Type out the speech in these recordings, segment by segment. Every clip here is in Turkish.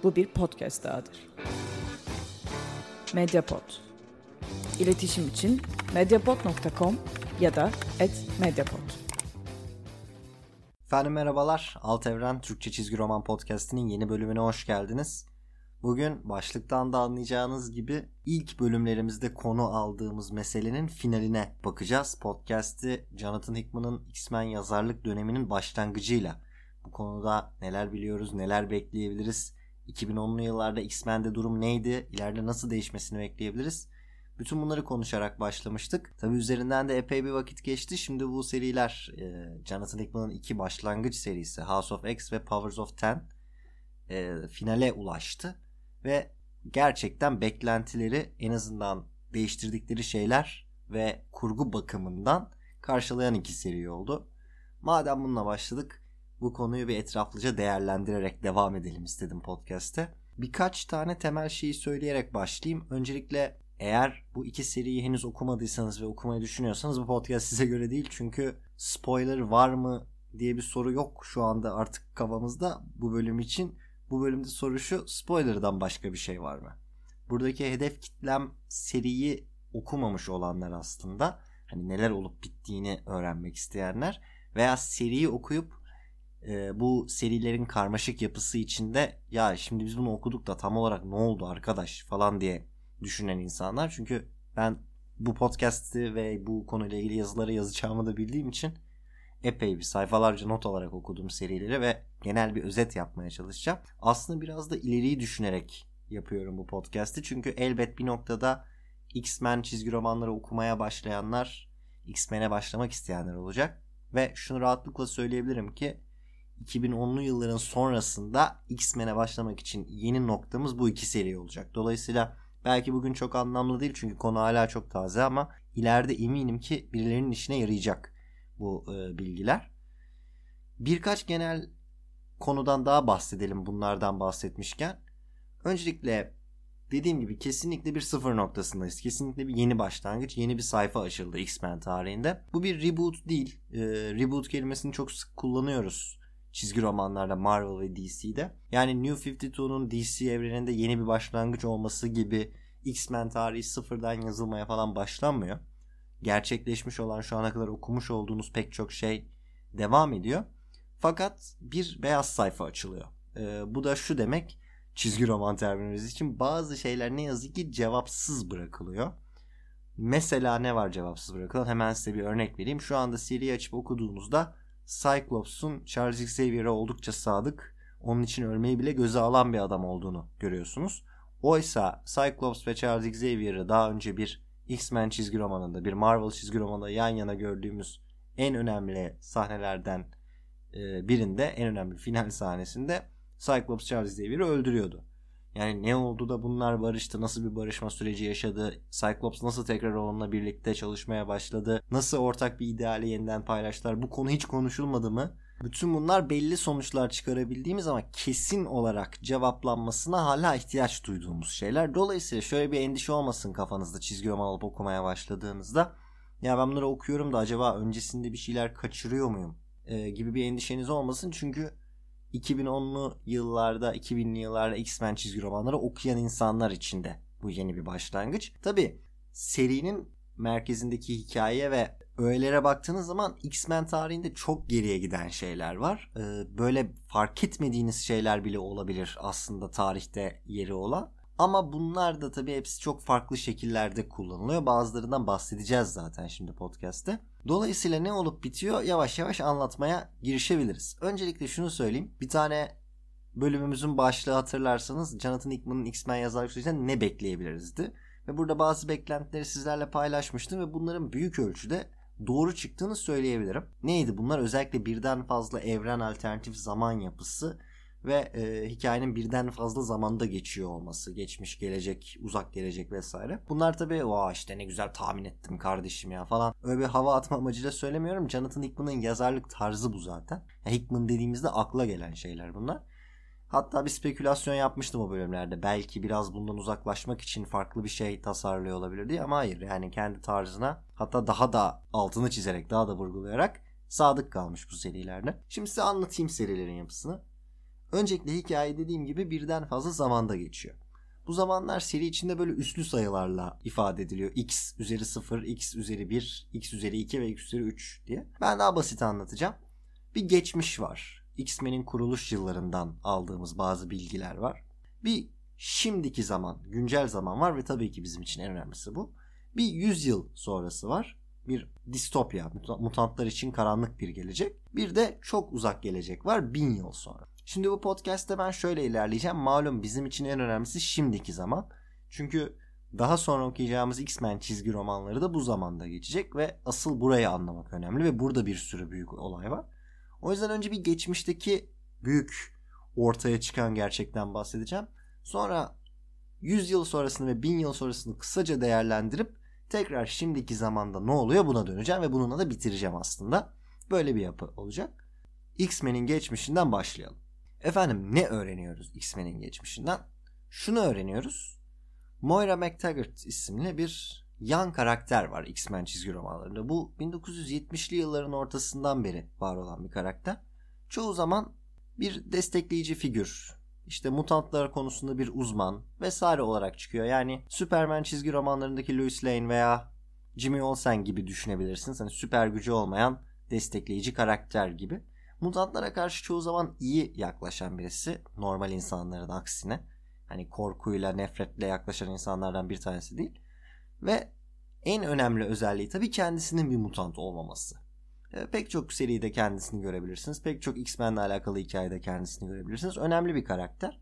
Bu bir podcast dahadır. Mediapod. İletişim için mediapod.com ya da @mediapod. Efendim merhabalar. Alt Evren Türkçe Çizgi Roman Podcast'inin yeni bölümüne hoş geldiniz. Bugün başlıktan da anlayacağınız gibi ilk bölümlerimizde konu aldığımız meselenin finaline bakacağız. Podcast'i Jonathan Hickman'ın X-Men yazarlık döneminin başlangıcıyla bu konuda neler biliyoruz, neler bekleyebiliriz, 2010'lu yıllarda X-Men'de durum neydi, ileride nasıl değişmesini bekleyebiliriz? Bütün bunları konuşarak başlamıştık. Tabii üzerinden de epey bir vakit geçti. Şimdi bu seriler Jonathan Hickman'ın iki başlangıç serisi House of X ve Powers of Ten finale ulaştı. Ve gerçekten beklentileri en azından değiştirdikleri şeyler ve kurgu bakımından karşılayan iki seri oldu. Madem bununla başladık, bu konuyu bir etraflıca değerlendirerek devam edelim istedim podcast'te. Birkaç tane temel şeyi söyleyerek başlayayım. Öncelikle eğer bu iki seriyi henüz okumadıysanız ve okumayı düşünüyorsanız bu podcast size göre değil. Çünkü spoiler var mı diye bir soru yok şu anda artık kafamızda bu bölüm için. Bu bölümde soru şu: spoiler'dan başka bir şey var mı? Buradaki hedef kitlem seriyi okumamış olanlar aslında. Hani neler olup bittiğini öğrenmek isteyenler veya seriyi okuyup bu serilerin karmaşık yapısı içinde ya şimdi biz bunu okuduk da tam olarak ne oldu arkadaş falan diye düşünen insanlar. Çünkü ben bu podcast'i ve bu konuyla ilgili yazıları yazacağımı da bildiğim için epey bir sayfalarca not alarak okuduğum serileri ve genel bir özet yapmaya çalışacağım. Aslında biraz da ileriyi düşünerek yapıyorum bu podcast'i. Çünkü elbet bir noktada X-Men çizgi romanları okumaya başlayanlar, X-Men'e başlamak isteyenler olacak. Ve şunu rahatlıkla söyleyebilirim ki 2010'lu yılların sonrasında X-Men'e başlamak için yeni noktamız bu iki seri olacak. Dolayısıyla belki bugün çok anlamlı değil çünkü konu hala çok taze ama ileride eminim ki birilerinin işine yarayacak bu bilgiler. Birkaç genel konudan daha bahsedelim bunlardan bahsetmişken. Öncelikle dediğim gibi kesinlikle bir sıfır noktasındayız. Kesinlikle bir yeni başlangıç, yeni bir sayfa açıldı X-Men tarihinde. Bu bir reboot değil. Reboot kelimesini çok sık kullanıyoruz çizgi romanlarda, Marvel ve DC'de. Yani New 52'nun DC evreninde yeni bir başlangıç olması gibi X-Men tarihi sıfırdan yazılmaya falan başlanmıyor. Gerçekleşmiş olan, şu ana kadar okumuş olduğunuz pek çok şey devam ediyor. Fakat bir beyaz sayfa açılıyor. Bu da şu demek, çizgi roman terminolojisi için bazı şeyler ne yazık ki cevapsız bırakılıyor. Mesela ne var cevapsız bırakılan? Hemen size bir örnek vereyim. Şu anda seriyi açıp okuduğunuzda Cyclops'un Charles Xavier'e oldukça sadık, onun için ölmeyi bile göze alan bir adam olduğunu görüyorsunuz. Oysa Cyclops ve Charles Xavier'ı daha önce bir X-Men çizgi romanında, bir Marvel çizgi romanında yan yana gördüğümüz en önemli sahnelerden birinde, en önemli final sahnesinde Cyclops Charles Xavier'ı öldürüyordu. Yani ne oldu da bunlar barıştı, nasıl bir barışma süreci yaşadı, Cyclops nasıl tekrar onunla birlikte çalışmaya başladı, nasıl ortak bir ideali yeniden paylaştılar, bu konu hiç konuşulmadı mı? Bütün bunlar belli sonuçlar çıkarabildiğimiz ama kesin olarak cevaplanmasına hala ihtiyaç duyduğumuz şeyler. Dolayısıyla şöyle bir endişe olmasın kafanızda çizgi roman alıp okumaya başladığınızda. Ya ben bunları okuyorum da acaba öncesinde bir şeyler kaçırıyor muyum gibi bir endişeniz olmasın. Çünkü 2010'lu yıllarda, 2000'li yıllarda X-Men çizgi romanları okuyan insanlar için de bu yeni bir başlangıç. Tabii serinin merkezindeki hikaye ve öğelere baktığınız zaman X-Men tarihinde çok geriye giden şeyler var. Böyle fark etmediğiniz şeyler bile olabilir aslında tarihte yeri olan. Ama bunlar da tabii hepsi çok farklı şekillerde kullanılıyor. Bazılarından bahsedeceğiz zaten şimdi podcast'te. Dolayısıyla ne olup bitiyor yavaş yavaş anlatmaya girişebiliriz. Öncelikle şunu söyleyeyim. Bir tane bölümümüzün başlığı hatırlarsanız Jonathan Hickman'ın X-Men yazarlık sürecinden ne bekleyebilirizdi. Ve burada bazı beklentileri sizlerle paylaşmıştım ve bunların büyük ölçüde doğru çıktığını söyleyebilirim. Neydi bunlar? Özellikle birden fazla evren, alternatif zaman yapısı ve hikayenin birden fazla zamanda geçiyor olması. Geçmiş, gelecek, uzak gelecek vesaire. Bunlar tabii işte ne güzel tahmin ettim kardeşim ya falan. Öyle bir hava atma amacıyla söylemiyorum. Jonathan Hickman'ın yazarlık tarzı bu zaten. Hickman dediğimizde akla gelen şeyler bunlar. Hatta bir spekülasyon yapmıştım o bölümlerde. Belki biraz bundan uzaklaşmak için farklı bir şey tasarlıyor olabilir diye. Ama hayır, yani kendi tarzına, hatta daha da altını çizerek, daha da vurgulayarak sadık kalmış bu serilerde. Şimdi size anlatayım serilerin yapısını. Öncelikle hikaye dediğim gibi birden fazla zamanda geçiyor. Bu zamanlar seri içinde böyle üslü sayılarla ifade ediliyor. X üzeri 0, X üzeri 1, X üzeri 2 ve X üzeri 3 diye. Ben daha basit anlatacağım. Bir geçmiş var. X-Men'in kuruluş yıllarından aldığımız bazı bilgiler var. Bir şimdiki zaman, güncel zaman var ve tabii ki bizim için en önemlisi bu. Bir 100 yıl sonrası var. Bir distopya, mutantlar için karanlık bir gelecek. Bir de çok uzak gelecek var 1000 yıl sonra. Şimdi bu podcast'te ben şöyle ilerleyeceğim. Malum bizim için en önemlisi şimdiki zaman. Çünkü daha sonra okuyacağımız X-Men çizgi romanları da bu zamanda geçecek ve asıl burayı anlamak önemli ve burada bir sürü büyük olay var. O yüzden önce bir geçmişteki büyük ortaya çıkan gerçekten bahsedeceğim. Sonra 100 yıl sonrasını ve 1000 yıl sonrasını kısaca değerlendirip tekrar şimdiki zamanda ne oluyor buna döneceğim ve bununla da bitireceğim aslında. Böyle bir yapı olacak. X-Men'in geçmişinden başlayalım. Efendim ne öğreniyoruz X-Men'in geçmişinden? Şunu öğreniyoruz. Moira McTaggart isimli bir yan karakter var X-Men çizgi romanlarında. Bu 1970'li yılların ortasından beri var olan bir karakter. Çoğu zaman bir destekleyici figür, İşte mutantlar konusunda bir uzman vesaire olarak çıkıyor. Yani Superman çizgi romanlarındaki Lois Lane veya Jimmy Olsen gibi düşünebilirsiniz. Hani süper gücü olmayan destekleyici karakter gibi. Mutantlara karşı çoğu zaman iyi yaklaşan birisi. Normal insanların aksine. Hani korkuyla, nefretle yaklaşan insanlardan bir tanesi değil. Ve en önemli özelliği tabii kendisinin bir mutant olmaması. Pek çok seride kendisini görebilirsiniz. Pek çok X-Men'le alakalı hikayede kendisini görebilirsiniz. Önemli bir karakter.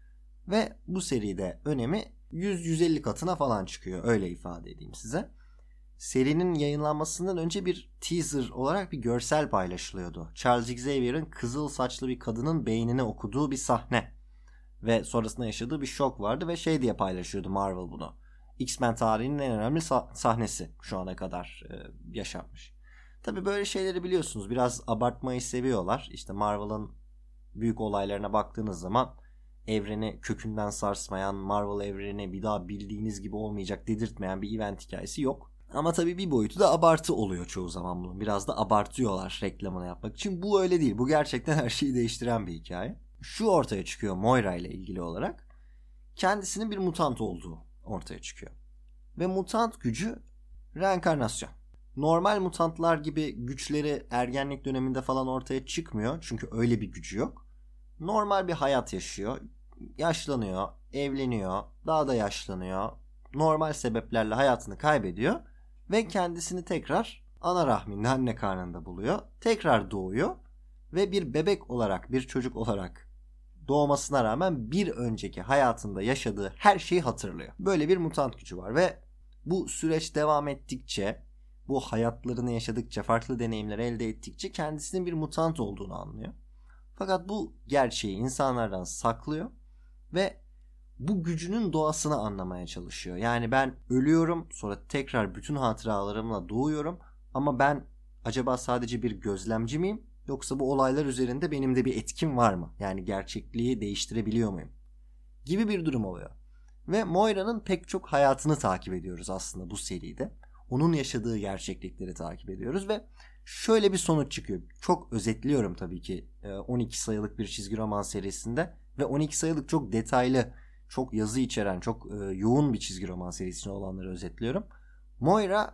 Ve bu seride önemi 100-150 katına falan çıkıyor. Öyle ifade edeyim size. Serinin yayınlanmasından önce bir teaser olarak bir görsel paylaşılıyordu. Charles Xavier'ın kızıl saçlı bir kadının beynini okuduğu bir sahne. Ve sonrasında yaşadığı bir şok vardı ve şey diye paylaşıyordu Marvel bunu. X-Men tarihinin en önemli sahnesi şu ana kadar yaşanmış. Tabii böyle şeyleri biliyorsunuz. Biraz abartmayı seviyorlar. İşte Marvel'ın büyük olaylarına baktığınız zaman evreni kökünden sarsmayan, Marvel evreni bir daha bildiğiniz gibi olmayacak dedirtmeyen bir event hikayesi yok. Ama tabii bir boyutu da abartı oluyor çoğu zaman bunun. Biraz da abartıyorlar reklamını yapmak için. Bu öyle değil. Bu gerçekten her şeyi değiştiren bir hikaye. Şu ortaya çıkıyor Moira ile ilgili olarak. Kendisinin bir mutant olduğu ortaya çıkıyor. Ve mutant gücü reenkarnasyon. Normal mutantlar gibi güçleri ergenlik döneminde falan ortaya çıkmıyor. Çünkü öyle bir gücü yok. Normal bir hayat yaşıyor. Yaşlanıyor, evleniyor, daha da yaşlanıyor. Normal sebeplerle hayatını kaybediyor. Ve kendisini tekrar ana rahminde, anne karnında buluyor. Tekrar doğuyor. Ve bir bebek olarak, bir çocuk olarak doğmasına rağmen bir önceki hayatında yaşadığı her şeyi hatırlıyor. Böyle bir mutant gücü var ve bu süreç devam ettikçe, bu hayatlarını yaşadıkça, farklı deneyimler elde ettikçe kendisinin bir mutant olduğunu anlıyor. Fakat bu gerçeği insanlardan saklıyor ve bu gücünün doğasını anlamaya çalışıyor. Yani ben ölüyorum, sonra tekrar bütün hatıralarımla doğuyorum ama ben acaba sadece bir gözlemci miyim? Yoksa bu olaylar üzerinde benim de bir etkim var mı? Yani gerçekliği değiştirebiliyor muyum? Gibi bir durum oluyor. Ve Moira'nın pek çok hayatını takip ediyoruz aslında bu seride. Onun yaşadığı gerçeklikleri takip ediyoruz ve şöyle bir sonuç çıkıyor. Çok özetliyorum tabii ki 12 sayılık bir çizgi roman serisinde ve 12 sayılık çok detaylı, çok yazı içeren, çok yoğun bir çizgi roman serisine olanları özetliyorum. Moira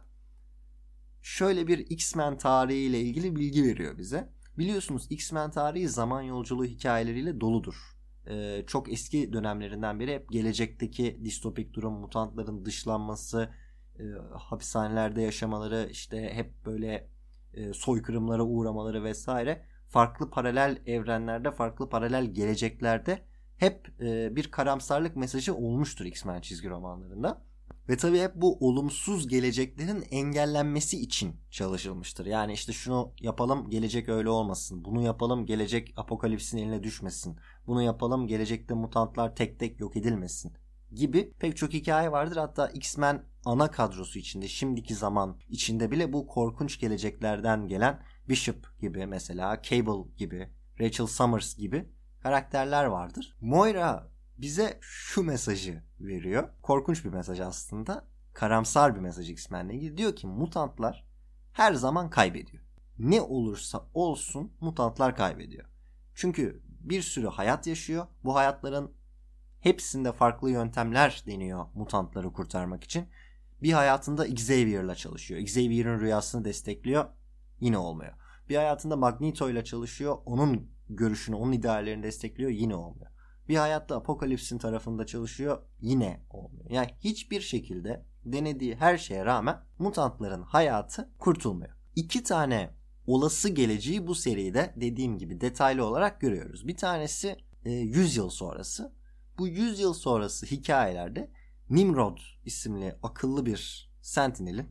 şöyle bir X-Men tarihiyle ilgili bilgi veriyor bize. Biliyorsunuz X-Men tarihi zaman yolculuğu hikayeleriyle doludur. Çok eski dönemlerinden beri hep gelecekteki distopik durum, mutantların dışlanması, hapishanelerde yaşamaları, işte hep böyle soykırımlara uğramaları vesaire, farklı paralel evrenlerde, farklı paralel geleceklerde hep bir karamsarlık mesajı olmuştur X-Men çizgi romanlarında. Ve tabii hep bu olumsuz geleceklerin engellenmesi için çalışılmıştır. Yani işte şunu yapalım gelecek öyle olmasın. Bunu yapalım gelecek apokalipsin eline düşmesin. Bunu yapalım gelecekte mutantlar tek tek yok edilmesin gibi pek çok hikaye vardır. Hatta X-Men ana kadrosu içinde, şimdiki zaman içinde bile bu korkunç geleceklerden gelen Bishop gibi, mesela Cable gibi, Rachel Summers gibi karakterler vardır. Moira bize şu mesajı veriyor. Korkunç bir mesaj aslında. Karamsar bir mesaj X-Men'le ilgili. Diyor ki mutantlar her zaman kaybediyor. Ne olursa olsun mutantlar kaybediyor. Çünkü bir sürü hayat yaşıyor. Bu hayatların hepsinde farklı yöntemler deniyor mutantları kurtarmak için. Bir hayatında Xavier'la çalışıyor. Xavier'in rüyasını destekliyor. Yine olmuyor. Bir hayatında Magneto ile çalışıyor. Onun görüşünü, onun ideallerini destekliyor. Yine olmuyor. Bir hayatta Apocalypse'in tarafında çalışıyor. Yine olmuyor. Yani hiçbir şekilde denediği her şeye rağmen mutantların hayatı kurtulmuyor. 2 tane olası geleceği bu seride dediğim gibi detaylı olarak görüyoruz. Bir tanesi 100 yıl sonrası. Bu 100 yıl sonrası hikayelerde Nimrod isimli akıllı bir Sentinel'in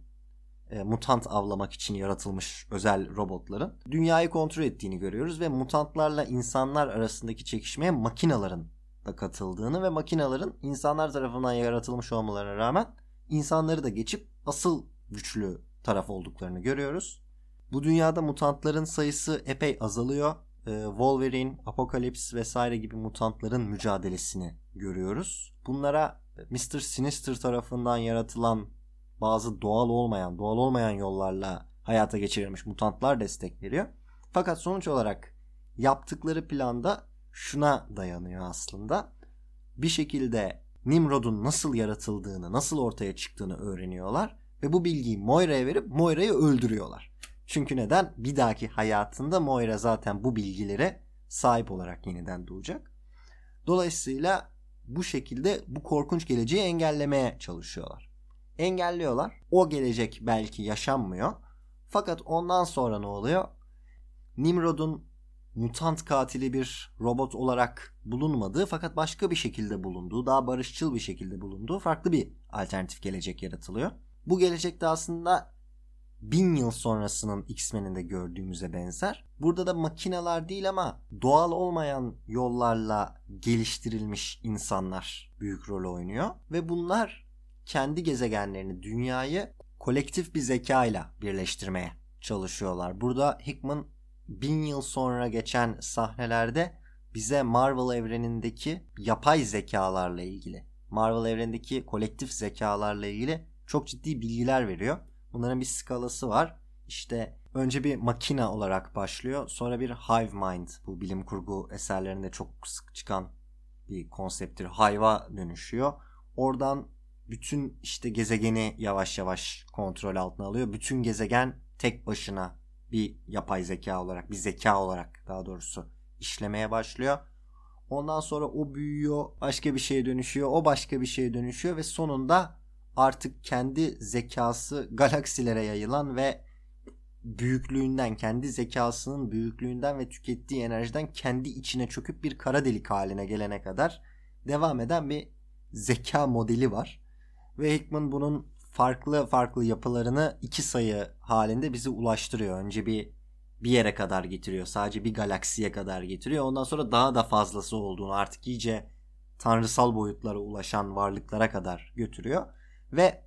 mutant avlamak için yaratılmış özel robotların dünyayı kontrol ettiğini görüyoruz ve mutantlarla insanlar arasındaki çekişmeye makinaların da katıldığını ve makinaların insanlar tarafından yaratılmış olmalarına rağmen insanları da geçip asıl güçlü taraf olduklarını görüyoruz. Bu dünyada mutantların sayısı epey azalıyor. Wolverine, Apocalypse vesaire gibi mutantların mücadelesini görüyoruz. Bunlara Mr. Sinister tarafından yaratılan bazı doğal olmayan yollarla hayata geçirilmiş mutantlar destek veriyor. Fakat sonuç olarak yaptıkları planda şuna dayanıyor aslında. Bir şekilde Nimrod'un nasıl yaratıldığını, nasıl ortaya çıktığını öğreniyorlar ve bu bilgiyi Moira'ya verip Moira'yı öldürüyorlar. Çünkü neden? Bir dahaki hayatında Moira zaten bu bilgilere sahip olarak yeniden doğacak. Dolayısıyla bu şekilde bu korkunç geleceği engellemeye çalışıyorlar. Engelliyorlar. O gelecek belki yaşanmıyor. Fakat ondan sonra ne oluyor? Nimrod'un mutant katili bir robot olarak bulunmadığı fakat başka bir şekilde bulunduğu, daha barışçıl bir şekilde bulunduğu farklı bir alternatif gelecek yaratılıyor. Bu gelecekte aslında 1000 yıl sonrasının X-Men'in de gördüğümüze benzer. Burada da makineler değil ama doğal olmayan yollarla geliştirilmiş insanlar büyük rol oynuyor. Ve bunlar kendi gezegenlerini, dünyayı kolektif bir zekayla birleştirmeye çalışıyorlar. Burada Hickman 1000 yıl sonra geçen sahnelerde bize Marvel evrenindeki yapay zekalarla ilgili, Marvel evrenindeki kolektif zekalarla ilgili çok ciddi bilgiler veriyor. Bunların bir skalası var. İşte önce bir makina olarak başlıyor. Sonra bir hive mind. Bu bilim kurgu eserlerinde çok sık çıkan bir konsepttir. Hive'a dönüşüyor. Oradan bütün işte gezegeni yavaş yavaş kontrol altına alıyor. Bütün gezegen tek başına bir yapay zeka olarak, bir zeka olarak daha doğrusu işlemeye başlıyor. Ondan sonra o büyüyor, başka bir şeye dönüşüyor. O başka bir şeye dönüşüyor ve sonunda artık kendi zekası galaksilere yayılan ve büyüklüğünden, kendi zekasının büyüklüğünden ve tükettiği enerjiden kendi içine çöküp bir kara delik haline gelene kadar devam eden bir zeka modeli var. Ve Hickman bunun farklı farklı yapılarını 2 sayı halinde bizi ulaştırıyor. Önce bir yere kadar getiriyor. Sadece bir galaksiye kadar getiriyor. Ondan sonra daha da fazlası olduğunu, artık iyice tanrısal boyutlara ulaşan varlıklara kadar götürüyor. Ve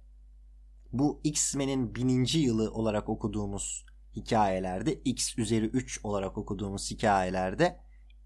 bu X-Men'in 1000. yılı olarak okuduğumuz hikayelerde, X üzeri 3 olarak okuduğumuz hikayelerde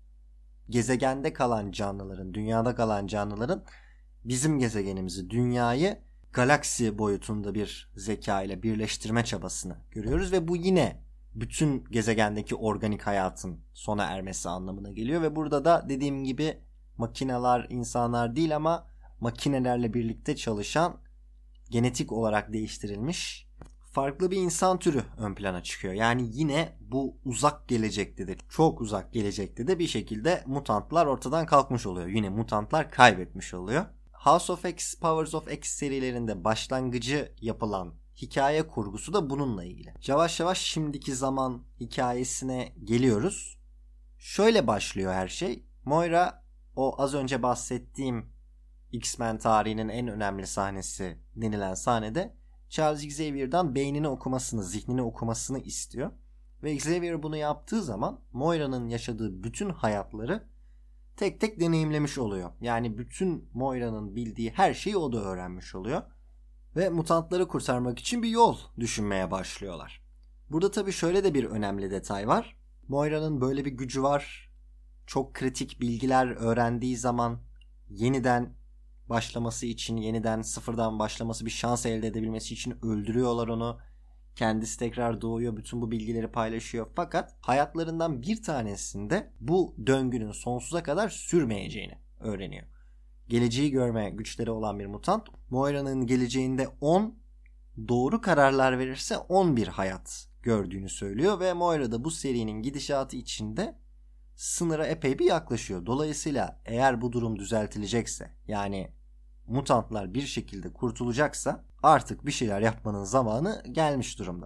gezegende kalan canlıların, dünyada kalan canlıların bizim gezegenimizi, dünyayı galaksi boyutunda bir zeka ile birleştirme çabasını görüyoruz ve bu yine bütün gezegendeki organik hayatın sona ermesi anlamına geliyor ve burada da dediğim gibi makineler insanlar değil ama makinelerle birlikte çalışan, genetik olarak değiştirilmiş farklı bir insan türü ön plana çıkıyor. Yani yine bu uzak gelecekte de, çok uzak gelecekte de bir şekilde mutantlar ortadan kalkmış oluyor. Yine mutantlar kaybetmiş oluyor. House of X, Powers of X serilerinde başlangıcı yapılan hikaye kurgusu da bununla ilgili. Yavaş yavaş şimdiki zaman hikayesine geliyoruz. Şöyle başlıyor her şey. Moira, o az önce bahsettiğim X-Men tarihinin en önemli sahnesi denilen sahnede Charles Xavier'dan beynini okumasını, zihnini okumasını istiyor. Ve Xavier bunu yaptığı zaman Moira'nın yaşadığı bütün hayatları tek tek deneyimlemiş oluyor. Yani bütün Moira'nın bildiği her şeyi o da öğrenmiş oluyor. Ve mutantları kurtarmak için bir yol düşünmeye başlıyorlar. Burada tabii şöyle de bir önemli detay var. Moira'nın böyle bir gücü var. Çok kritik bilgiler öğrendiği zaman yeniden başlaması için, yeniden sıfırdan başlaması, bir şans elde edebilmesi için öldürüyorlar onu. Kendisi tekrar doğuyor, bütün bu bilgileri paylaşıyor. Fakat hayatlarından bir tanesinde bu döngünün sonsuza kadar sürmeyeceğini öğreniyor. Geleceği görme güçleri olan bir mutant, Moira'nın geleceğinde 10 doğru kararlar verirse 11 hayat gördüğünü söylüyor ve Moira da bu serinin gidişatı içinde sınıra epey bir yaklaşıyor. Dolayısıyla eğer bu durum düzeltilecekse, yani mutantlar bir şekilde kurtulacaksa artık bir şeyler yapmanın zamanı gelmiş durumda.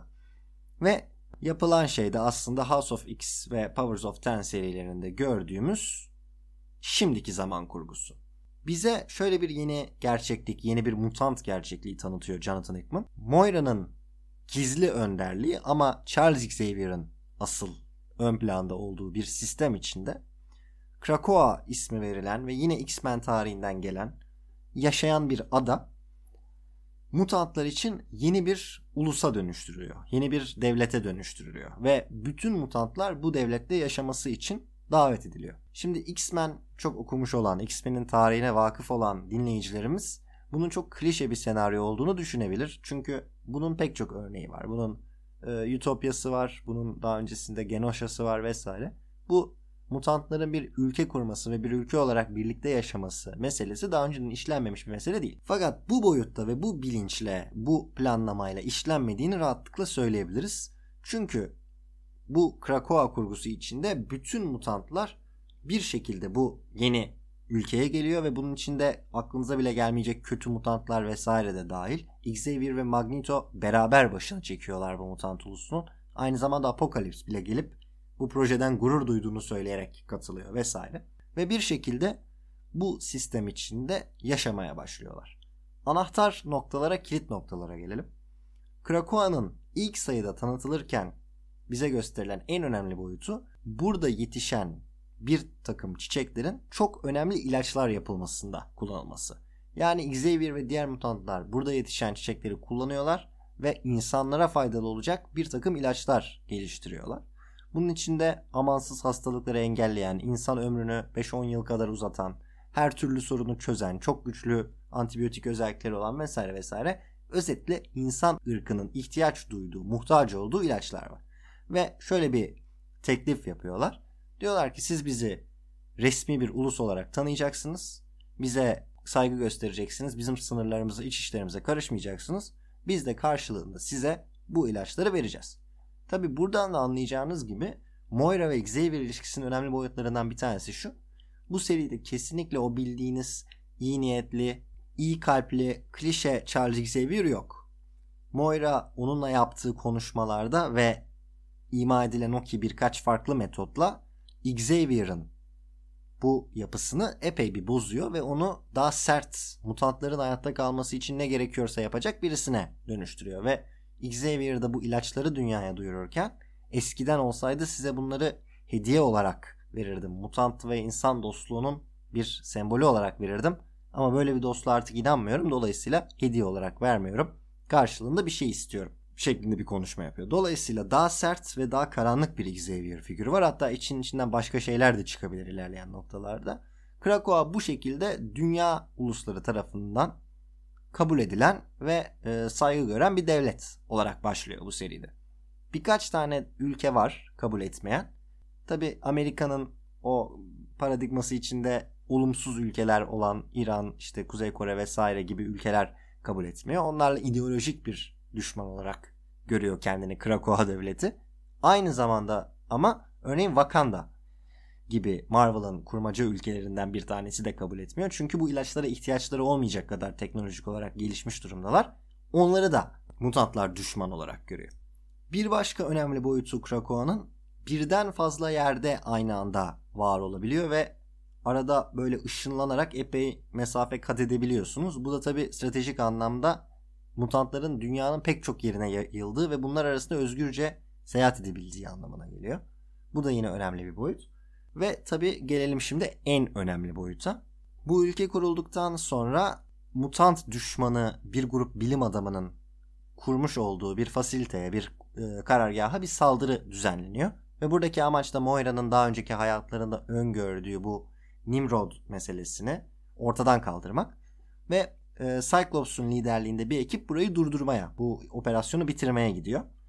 Ve yapılan şey de aslında House of X ve Powers of Ten serilerinde gördüğümüz şimdiki zaman kurgusu. Bize şöyle bir yeni gerçeklik, yeni bir mutant gerçekliği tanıtıyor Jonathan Hickman. Moira'nın gizli önderliği ama Charles Xavier'ın asıl ön planda olduğu bir sistem içinde Krakoa ismi verilen ve yine X-Men tarihinden gelen yaşayan bir ada mutantlar için yeni bir ulusa dönüştürülüyor. Yeni bir devlete dönüştürülüyor ve bütün mutantlar bu devlette yaşaması için davet ediliyor. Şimdi X-Men çok okumuş olan, X-Men'in tarihine vakıf olan dinleyicilerimiz bunun çok klişe bir senaryo olduğunu düşünebilir. Çünkü bunun pek çok örneği var. Bunun Ütopya'sı var, bunun daha öncesinde Genosha'sı var vesaire. Bu mutantların bir ülke kurması ve bir ülke olarak birlikte yaşaması meselesi daha önceden işlenmemiş bir mesele değil. Fakat bu boyutta ve bu bilinçle, bu planlamayla işlenmediğini rahatlıkla söyleyebiliriz. Çünkü bu Krakoa kurgusu içinde bütün mutantlar bir şekilde bu yeni ülkeye geliyor ve bunun içinde aklınıza bile gelmeyecek kötü mutantlar vesaire de dahil. Xavier ve Magneto beraber başını çekiyorlar bu mutant ulusunun. Aynı zamanda Apokalips bile gelip bu projeden gurur duyduğunu söyleyerek katılıyor vesaire. Ve bir şekilde bu sistem içinde yaşamaya başlıyorlar. Anahtar noktalara, kilit noktalara gelelim. Krakoa'nın ilk sayıda tanıtılırken bize gösterilen en önemli boyutu burada yetişen bir takım çiçeklerin çok önemli ilaçlar yapılmasında kullanılması. Yani Xavier ve diğer mutantlar burada yetişen çiçekleri kullanıyorlar ve insanlara faydalı olacak bir takım ilaçlar geliştiriyorlar. Bunun içinde amansız hastalıkları engelleyen, insan ömrünü 5-10 yıl kadar uzatan, her türlü sorunu çözen, çok güçlü antibiyotik özellikleri olan vesaire vesaire, özetle insan ırkının ihtiyaç duyduğu, muhtaç olduğu ilaçlar var. Ve şöyle bir teklif yapıyorlar. Diyorlar ki siz bizi resmi bir ulus olarak tanıyacaksınız. Bize saygı göstereceksiniz. Bizim sınırlarımıza, iç işlerimize karışmayacaksınız. Biz de karşılığında size bu ilaçları vereceğiz. Tabi buradan da anlayacağınız gibi Moira ve Xavier ilişkisinin önemli boyutlarından bir tanesi şu. Bu seride kesinlikle o bildiğiniz iyi niyetli, iyi kalpli, klişe Charles Xavier yok. Moira onunla yaptığı konuşmalarda ve ima edilen o ki birkaç farklı metotla Xavier'ın bu yapısını epey bir bozuyor ve onu daha sert, mutantların hayatta kalması için ne gerekiyorsa yapacak birisine dönüştürüyor. Ve Xavier da bu ilaçları dünyaya duyururken eskiden olsaydı size bunları hediye olarak verirdim. Mutant ve insan dostluğunun bir sembolü olarak verirdim. Ama böyle bir dostluğa artık inanmıyorum. Dolayısıyla hediye olarak vermiyorum. Karşılığında bir şey istiyorum şeklinde bir konuşma yapıyor. Dolayısıyla daha sert ve daha karanlık bir Xavier figürü var. Hatta içinden başka şeyler de çıkabilir ilerleyen noktalarda. Krakoa bu şekilde dünya ulusları tarafından kabul edilen ve saygı gören bir devlet olarak başlıyor bu seride. Birkaç tane ülke var kabul etmeyen. Tabii Amerika'nın o paradigması içinde olumsuz ülkeler olan İran, işte Kuzey Kore vesaire gibi ülkeler kabul etmiyor. Onlarla ideolojik bir düşman olarak görüyor kendini Krakoa devleti. Aynı zamanda ama örneğin Wakanda gibi Marvel'ın kurmaca ülkelerinden bir tanesi de kabul etmiyor. Çünkü bu ilaçlara ihtiyaçları olmayacak kadar teknolojik olarak gelişmiş durumdalar. Onları da mutantlar düşman olarak görüyor. Bir başka önemli boyutu Krakoa'nın birden fazla yerde aynı anda var olabiliyor ve arada böyle ışınlanarak epey mesafe kat edebiliyorsunuz. Bu da tabii stratejik anlamda mutantların dünyanın pek çok yerine yayıldığı ve bunlar arasında özgürce seyahat edebildiği anlamına geliyor. Bu da yine önemli bir boyut. Ve tabii gelelim şimdi en önemli boyuta. Bu ülke kurulduktan sonra mutant düşmanı bir grup bilim adamının kurmuş olduğu bir fasiliteye, bir karargaha bir saldırı düzenleniyor. Ve buradaki amaç da Moira'nın daha önceki hayatlarında öngördüğü bu Nimrod meselesini ortadan kaldırmak. Ve Cyclops'un liderliğinde bir ekip burayı durdurmaya, bu operasyonu bitirmeye gidiyor.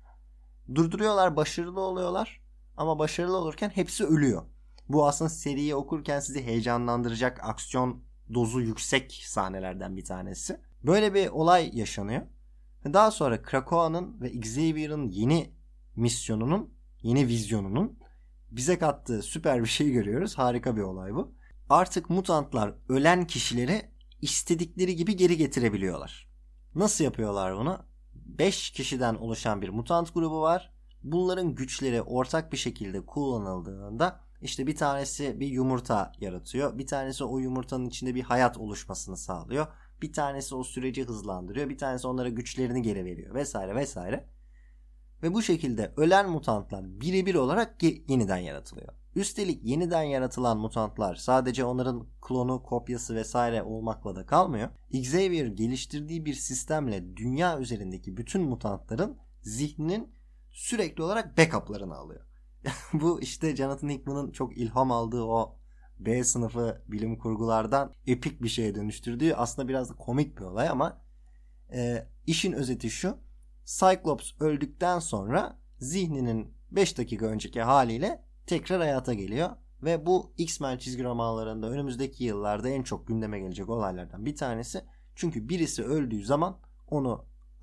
Durduruyorlar, başarılı oluyorlar ama başarılı olurken hepsi ölüyor. Bu aslında seriyi okurken sizi heyecanlandıracak, aksiyon dozu yüksek sahnelerden bir tanesi. Böyle bir olay yaşanıyor. Daha sonra Krakoa'nın ve Xavier'ın yeni misyonunun, yeni vizyonunun bize kattığı süper bir şey görüyoruz. Harika bir olay bu. Artık mutantlar ölen kişileri istedikleri gibi geri getirebiliyorlar. Nasıl yapıyorlar bunu? 5 kişiden oluşan bir mutant grubu var. Bunların güçleri ortak bir şekilde kullanıldığında işte bir tanesi bir yumurta yaratıyor. Bir tanesi o yumurtanın içinde bir hayat oluşmasını sağlıyor. Bir tanesi o süreci hızlandırıyor. Bir tanesi onlara güçlerini geri veriyor vesaire vesaire. Ve bu şekilde ölen mutantlar birebir olarak yeniden yaratılıyor. Üstelik yeniden yaratılan mutantlar sadece onların klonu, kopyası vesaire olmakla da kalmıyor. Xavier geliştirdiği bir sistemle dünya üzerindeki bütün mutantların zihninin sürekli olarak backup'larını alıyor. Bu işte Jonathan Hickman'ın çok ilham aldığı o B sınıfı bilim kurgulardan epik bir şeye dönüştürdüğü aslında biraz da komik bir olay ama işin özeti şu. Cyclops öldükten sonra zihninin 5 dakika önceki haliyle tekrar hayata geliyor ve bu X-Men çizgi romanlarında önümüzdeki yıllarda en çok gündeme gelecek olaylardan bir tanesi. Çünkü birisi öldüğü zaman onu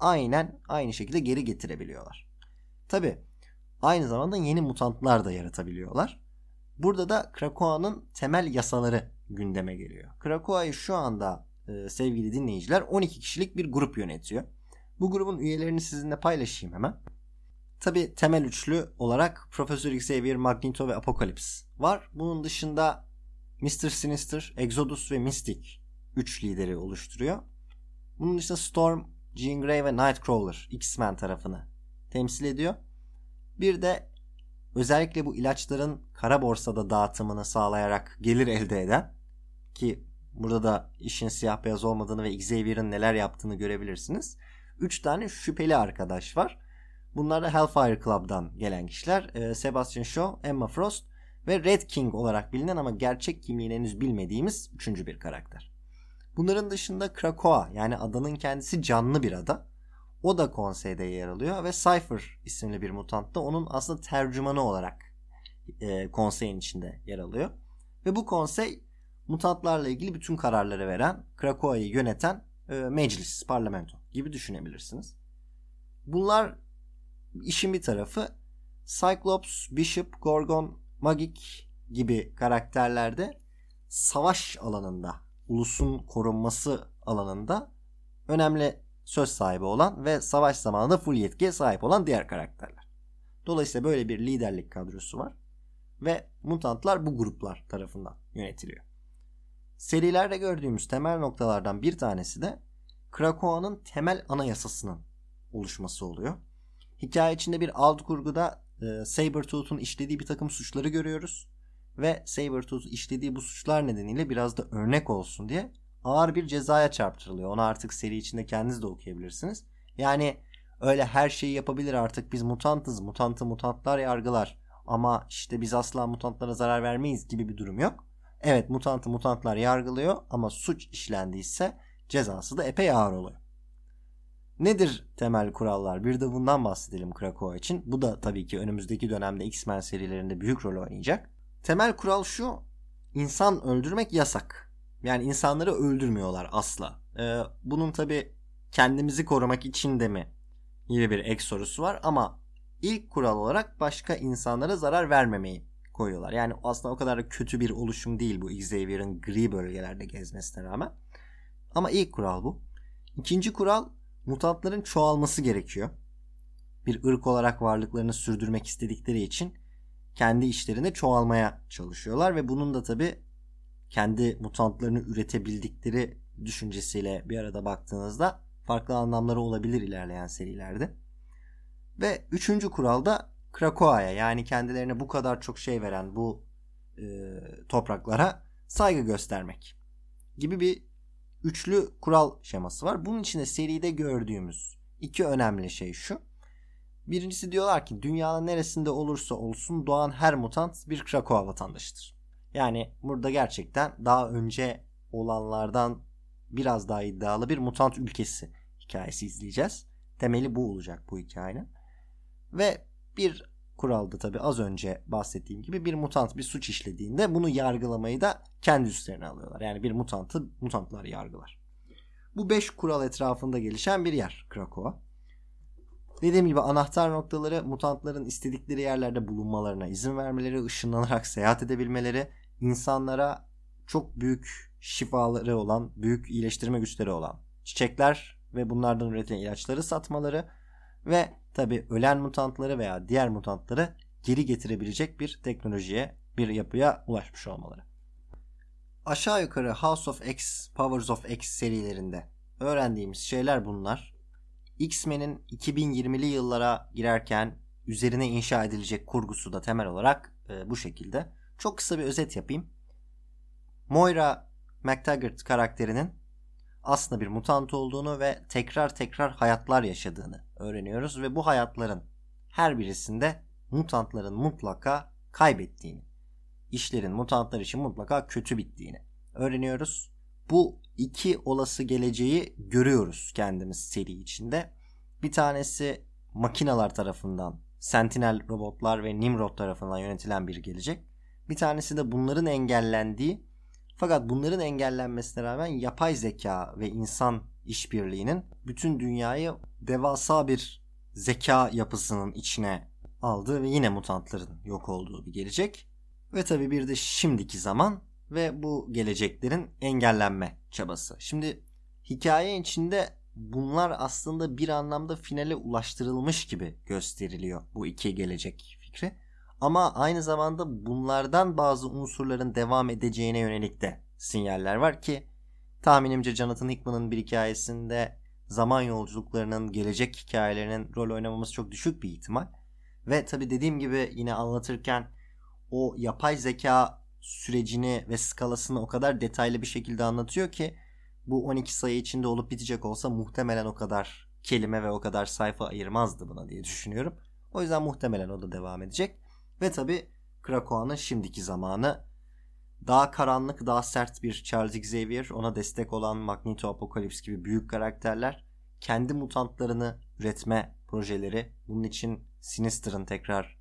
aynı şekilde geri getirebiliyorlar. Tabii aynı zamanda yeni mutantlar da yaratabiliyorlar. Burada da Krakoa'nın temel yasaları gündeme geliyor. Krakoa'yı şu anda sevgili dinleyiciler 12 kişilik bir grup yönetiyor. Bu grubun üyelerini sizinle paylaşayım hemen. Tabii temel üçlü olarak Profesör Xavier, Magneto ve Apocalypse var. Bunun dışında Mr. Sinister, Exodus ve Mystic 3 lideri oluşturuyor. Bunun dışında Storm, Jean Grey ve Nightcrawler X-Men tarafını temsil ediyor. Bir de özellikle bu ilaçların kara borsada dağıtımını sağlayarak gelir elde eden, ki burada da işin siyah beyaz olmadığını ve Xavier'ın neler yaptığını görebilirsiniz. 3 tane şüpheli arkadaş var. Bunlar da Hellfire Club'dan gelen kişiler. Sebastian Shaw, Emma Frost ve Red King olarak bilinen ama gerçek kimliğini henüz bilmediğimiz 3. bir karakter. Bunların dışında Krakoa, yani adanın kendisi canlı bir ada. O da konseyde yer alıyor ve Cypher isimli bir mutant da onun aslında tercümanı olarak konseyin içinde yer alıyor. Ve bu konsey mutantlarla ilgili bütün kararları veren, Krakoa'yı yöneten meclis, parlamento gibi düşünebilirsiniz. Bunlar işin bir tarafı. Cyclops, Bishop, Gorgon, Magik gibi karakterlerde savaş alanında, ulusun korunması alanında önemli söz sahibi olan ve savaş zamanında full yetkiye sahip olan diğer karakterler. Dolayısıyla böyle bir liderlik kadrosu var ve mutantlar bu gruplar tarafından yönetiliyor. Serilerde gördüğümüz temel noktalardan bir tanesi de Krakoa'nın temel anayasasının oluşması oluyor. Hikaye içinde bir alt kurguda Sabretooth'un işlediği bir takım suçları görüyoruz ve Sabretooth işlediği bu suçlar nedeniyle biraz da örnek olsun diye ağır bir cezaya çarptırılıyor. Onu artık seri içinde kendiniz de okuyabilirsiniz. Yani öyle her şeyi yapabilir, artık biz mutantız, mutantlar yargılar ama işte biz asla mutantlara zarar vermeyiz gibi bir durum yok. Evet, mutantlar yargılıyor ama suç işlendiyse cezası da epey ağır oluyor. Nedir temel kurallar? Bir de bundan bahsedelim Krakoa için. Bu da tabii ki önümüzdeki dönemde X-Men serilerinde büyük rol oynayacak. Temel kural şu: insan öldürmek yasak. Yani insanları öldürmüyorlar asla. Bunun tabii kendimizi korumak için de mi gibi bir ek sorusu var ama ilk kural olarak başka insanlara zarar vermemeyi koyuyorlar. Yani aslında o kadar da kötü bir oluşum değil bu Xavier'ın gri bölgelerde gezmesine rağmen. Ama ilk kural bu. İkinci kural, mutantların çoğalması gerekiyor. Bir ırk olarak varlıklarını sürdürmek istedikleri için kendi işlerinde çoğalmaya çalışıyorlar ve bunun da tabii kendi mutantlarını üretebildikleri düşüncesiyle bir arada baktığınızda farklı anlamları olabilir ilerleyen serilerde. Ve üçüncü kural da Krakoa'ya, yani kendilerine bu kadar çok şey veren bu topraklara saygı göstermek gibi bir üçlü kural şeması var. Bunun içinde seride gördüğümüz iki önemli şey şu. Birincisi, diyorlar ki dünyanın neresinde olursa olsun doğan her mutant bir Krakoa vatandaşıdır. Yani burada gerçekten daha önce olanlardan biraz daha iddialı bir mutant ülkesi hikayesi izleyeceğiz. Temeli bu olacak bu hikayenin. Ve Bir kuralda tabii az önce bahsettiğim gibi bir mutant bir suç işlediğinde bunu yargılamayı da kendi üstlerine alıyorlar. Yani bir mutantlar yargılar. Bu 5 kural etrafında gelişen bir yer Krakoa. Dediğim gibi anahtar noktaları mutantların istedikleri yerlerde bulunmalarına izin vermeleri, ışınlanarak seyahat edebilmeleri, insanlara çok büyük şifaları olan, büyük iyileştirme güçleri olan çiçekler ve bunlardan üretilen ilaçları satmaları ve tabii ölen mutantları veya diğer mutantları geri getirebilecek bir teknolojiye, bir yapıya ulaşmış olmaları. Aşağı yukarı House of X, Powers of X serilerinde öğrendiğimiz şeyler bunlar. X-Men'in 2020'li yıllara girerken üzerine inşa edilecek kurgusu da temel olarak bu şekilde. Çok kısa bir özet yapayım. Moira MacTaggert karakterinin aslında bir mutant olduğunu ve tekrar hayatlar yaşadığını öğreniyoruz ve bu hayatların her birisinde mutantların mutlaka kaybettiğini, işlerin mutantlar için mutlaka kötü bittiğini öğreniyoruz. Bu iki olası geleceği görüyoruz kendimiz seri içinde. Bir tanesi makineler tarafından, Sentinel robotlar ve Nimrod tarafından yönetilen bir gelecek. Bir tanesi de bunların engellendiği, fakat bunların engellenmesine rağmen yapay zeka ve insan işbirliğinin bütün dünyayı devasa bir zeka yapısının içine aldığı ve yine mutantların yok olduğu bir gelecek. Ve tabii bir de şimdiki zaman ve bu geleceklerin engellenme çabası. Şimdi hikaye içinde bunlar aslında bir anlamda finale ulaştırılmış gibi gösteriliyor bu iki gelecek fikri. Ama aynı zamanda bunlardan bazı unsurların devam edeceğine yönelik de sinyaller var ki tahminimce Jonathan Hickman'ın bir hikayesinde zaman yolculuklarının, gelecek hikayelerinin rol oynamaması çok düşük bir ihtimal. Ve tabii dediğim gibi yine anlatırken o yapay zeka sürecini ve skalasını o kadar detaylı bir şekilde anlatıyor ki bu 12 sayı içinde olup bitecek olsa muhtemelen o kadar kelime ve o kadar sayfa ayırmazdı buna diye düşünüyorum. O yüzden muhtemelen o da devam edecek. Ve tabii Krakoa'nın şimdiki zamanı, daha karanlık, daha sert bir Charles Xavier, ona destek olan Magneto, Apocalypse gibi büyük karakterler, kendi mutantlarını üretme projeleri, bunun için Sinister'ın tekrar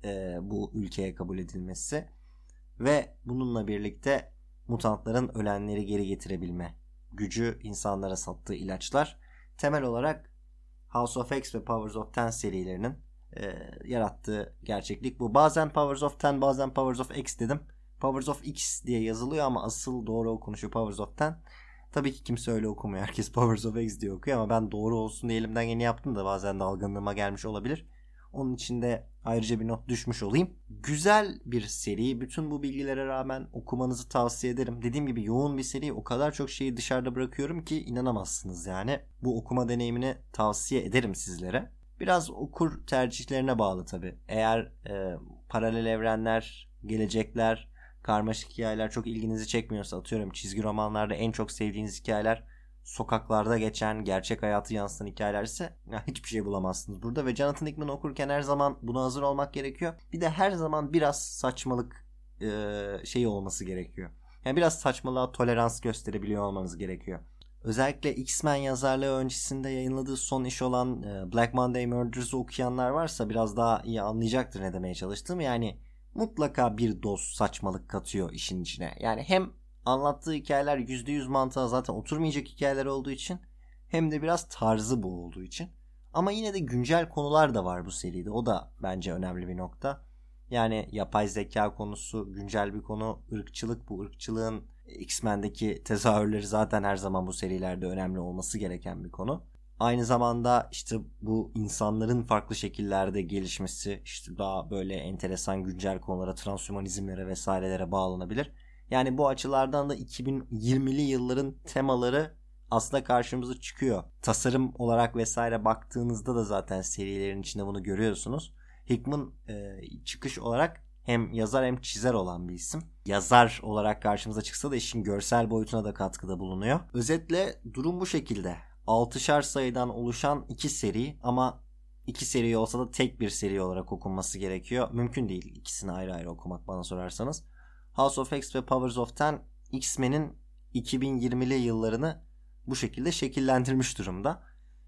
bu ülkeye kabul edilmesi ve bununla birlikte mutantların ölenleri geri getirebilme gücü, insanlara sattığı ilaçlar, temel olarak House of X ve Powers of Ten serilerinin yarattığı gerçeklik bu. Bazen Powers of Ten, bazen Powers of X dedim. Powers of X diye yazılıyor ama asıl doğru okunuşu Powers of Ten. Tabii ki kimse öyle okumuyor. Herkes Powers of X diye okuyor ama ben doğru olsun diye elimden geleni yaptım da bazen dalgınlığıma gelmiş olabilir. Onun için de ayrıca bir not düşmüş olayım. Güzel bir seri. Bütün bu bilgilere rağmen okumanızı tavsiye ederim. Dediğim gibi yoğun bir seri. O kadar çok şeyi dışarıda bırakıyorum ki inanamazsınız yani. Bu okuma deneyimini tavsiye ederim sizlere. Biraz okur tercihlerine bağlı tabii. Eğer paralel evrenler, gelecekler, karmaşık hikayeler çok ilginizi çekmiyorsa, atıyorum çizgi romanlarda en çok sevdiğiniz hikayeler sokaklarda geçen, gerçek hayatı yansıtan hikayeler ise hiçbir şey bulamazsınız burada. Ve Jonathan Hickman okurken her zaman buna hazır olmak gerekiyor. Bir de her zaman biraz saçmalık şeyi olması gerekiyor. Yani biraz saçmalığa tolerans gösterebiliyor olmanız gerekiyor. Özellikle X-Men yazarlığı öncesinde yayınladığı son iş olan Black Monday Murders'ı okuyanlar varsa biraz daha iyi anlayacaktır ne demeye çalıştığım. Yani mutlaka bir doz saçmalık katıyor işin içine. Yani hem anlattığı hikayeler %100 mantığa zaten oturmayacak hikayeler olduğu için, hem de biraz tarzı bu olduğu için. Ama yine de güncel konular da var bu seride. O da bence önemli bir nokta. Yani yapay zeka konusu güncel bir konu. Irkçılık, bu ırkçılığın X-Men'deki tezahürleri zaten her zaman bu serilerde önemli olması gereken bir konu. Aynı zamanda işte bu insanların farklı şekillerde gelişmesi, işte daha böyle enteresan güncel konulara, transhümanizmlere vesairelere bağlanabilir. Yani bu açılardan da 2020'li yılların temaları aslında karşımıza çıkıyor. Tasarım olarak vesaire baktığınızda da zaten serilerin içinde bunu görüyorsunuz. Hickman çıkış olarak hem yazar hem çizer olan bir isim. Yazar olarak karşımıza çıksa da işin görsel boyutuna da katkıda bulunuyor. Özetle durum bu şekilde. 6'şar sayıdan oluşan 2 seri ama 2 seri olsa da tek bir seri olarak okunması gerekiyor. Mümkün değil ikisini ayrı ayrı okumak bana sorarsanız. House of X ve Powers of Ten X-Men'in 2020'li yıllarını bu şekilde şekillendirmiş durumda.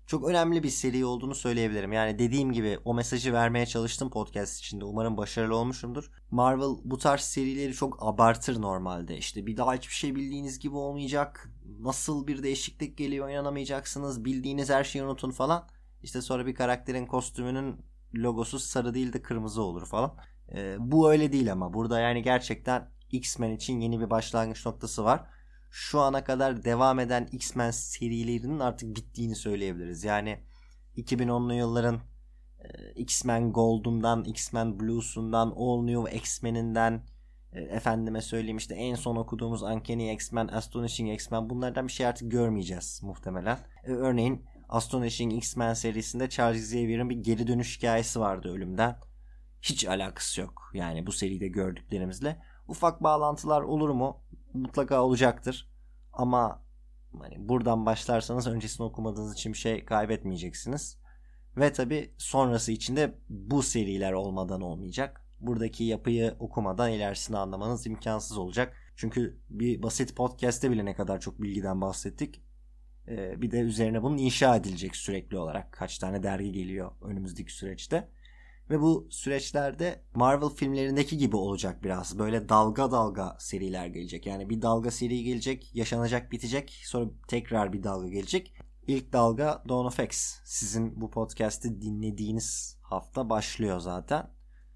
çok önemli bir seri olduğunu söyleyebilirim. Yani dediğim gibi o mesajı vermeye çalıştım podcast içinde. Umarım başarılı olmuşumdur. Marvel bu tarz serileri çok abartır normalde. İşte bir daha hiçbir şey bildiğiniz gibi olmayacak. Nasıl bir değişiklik geliyor inanamayacaksınız. Bildiğiniz her şeyi unutun falan. İşte sonra bir karakterin kostümünün logosu sarı değil de kırmızı olur falan. Bu öyle değil ama. Burada yani gerçekten X-Men için yeni bir başlangıç noktası var. Şu ana kadar devam eden X-Men serilerinin artık bittiğini söyleyebiliriz. Yani 2010'lu yılların X-Men Gold'undan, X-Men Blues'undan, All New X-Men'inden, efendime söyleyeyim işte en son okuduğumuz Uncanny X-Men, Astonishing X-Men, bunlardan bir şey artık görmeyeceğiz muhtemelen. Örneğin Astonishing X-Men serisinde Charles Xavier'in bir geri dönüş hikayesi vardı ölümden. Hiç alakası yok yani bu seride gördüklerimizle. Ufak bağlantılar olur mu? Mutlaka olacaktır. Ama hani buradan başlarsanız öncesini okumadığınız için bir şey kaybetmeyeceksiniz. Ve tabii sonrası için de bu seriler olmadan olmayacak. Buradaki yapıyı okumadan ilerisini anlamanız imkansız olacak. Çünkü bir basit podcast'te bile ne kadar çok bilgiden bahsettik. Bir de üzerine bunun inşa edilecek sürekli olarak. Kaç tane dergi geliyor önümüzdeki süreçte. Ve bu süreçlerde Marvel filmlerindeki gibi olacak biraz. Böyle dalga dalga seriler gelecek. Yani bir dalga seri gelecek, yaşanacak, bitecek. Sonra tekrar bir dalga gelecek. İlk dalga Dawn of X. Sizin bu podcast'i dinlediğiniz hafta başlıyor zaten.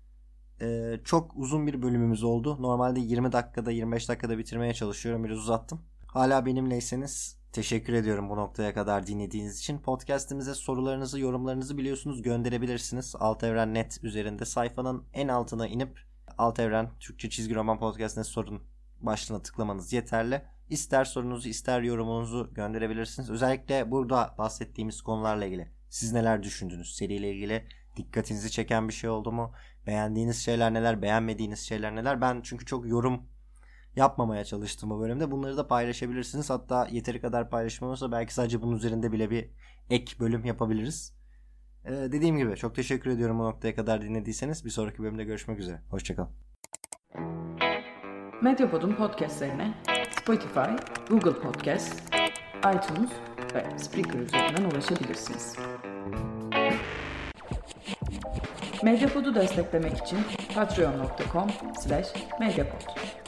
Çok uzun bir bölümümüz oldu. Normalde 20 dakikada, 25 dakikada bitirmeye çalışıyorum. Biraz uzattım. Hala benimleyseniz teşekkür ediyorum bu noktaya kadar dinlediğiniz için. Podcast'imize sorularınızı, yorumlarınızı biliyorsunuz gönderebilirsiniz. Altevren.net üzerinde sayfanın en altına inip Altevren Türkçe Çizgi Roman Podcast'ine sorun başlığına tıklamanız yeterli. İster sorunuzu ister yorumunuzu gönderebilirsiniz. Özellikle burada bahsettiğimiz konularla ilgili siz neler düşündünüz? Seriyle ilgili dikkatinizi çeken bir şey oldu mu? Beğendiğiniz şeyler neler? Beğenmediğiniz şeyler neler? Ben çünkü çok yorum yapmamaya çalıştım bu bölümde. Bunları da paylaşabilirsiniz. Hatta yeteri kadar paylaşım olursa belki sadece bunun üzerinde bile bir ek bölüm yapabiliriz. Dediğim gibi çok teşekkür ediyorum bu noktaya kadar dinlediyseniz. Bir sonraki bölümde görüşmek üzere. Hoşçakalın. Medyapod'un podcastlerine Spotify, Google Podcast, iTunes ve Spreaker üzerinden ulaşabilirsiniz. Medyapod'u desteklemek için patreon.com/medyapod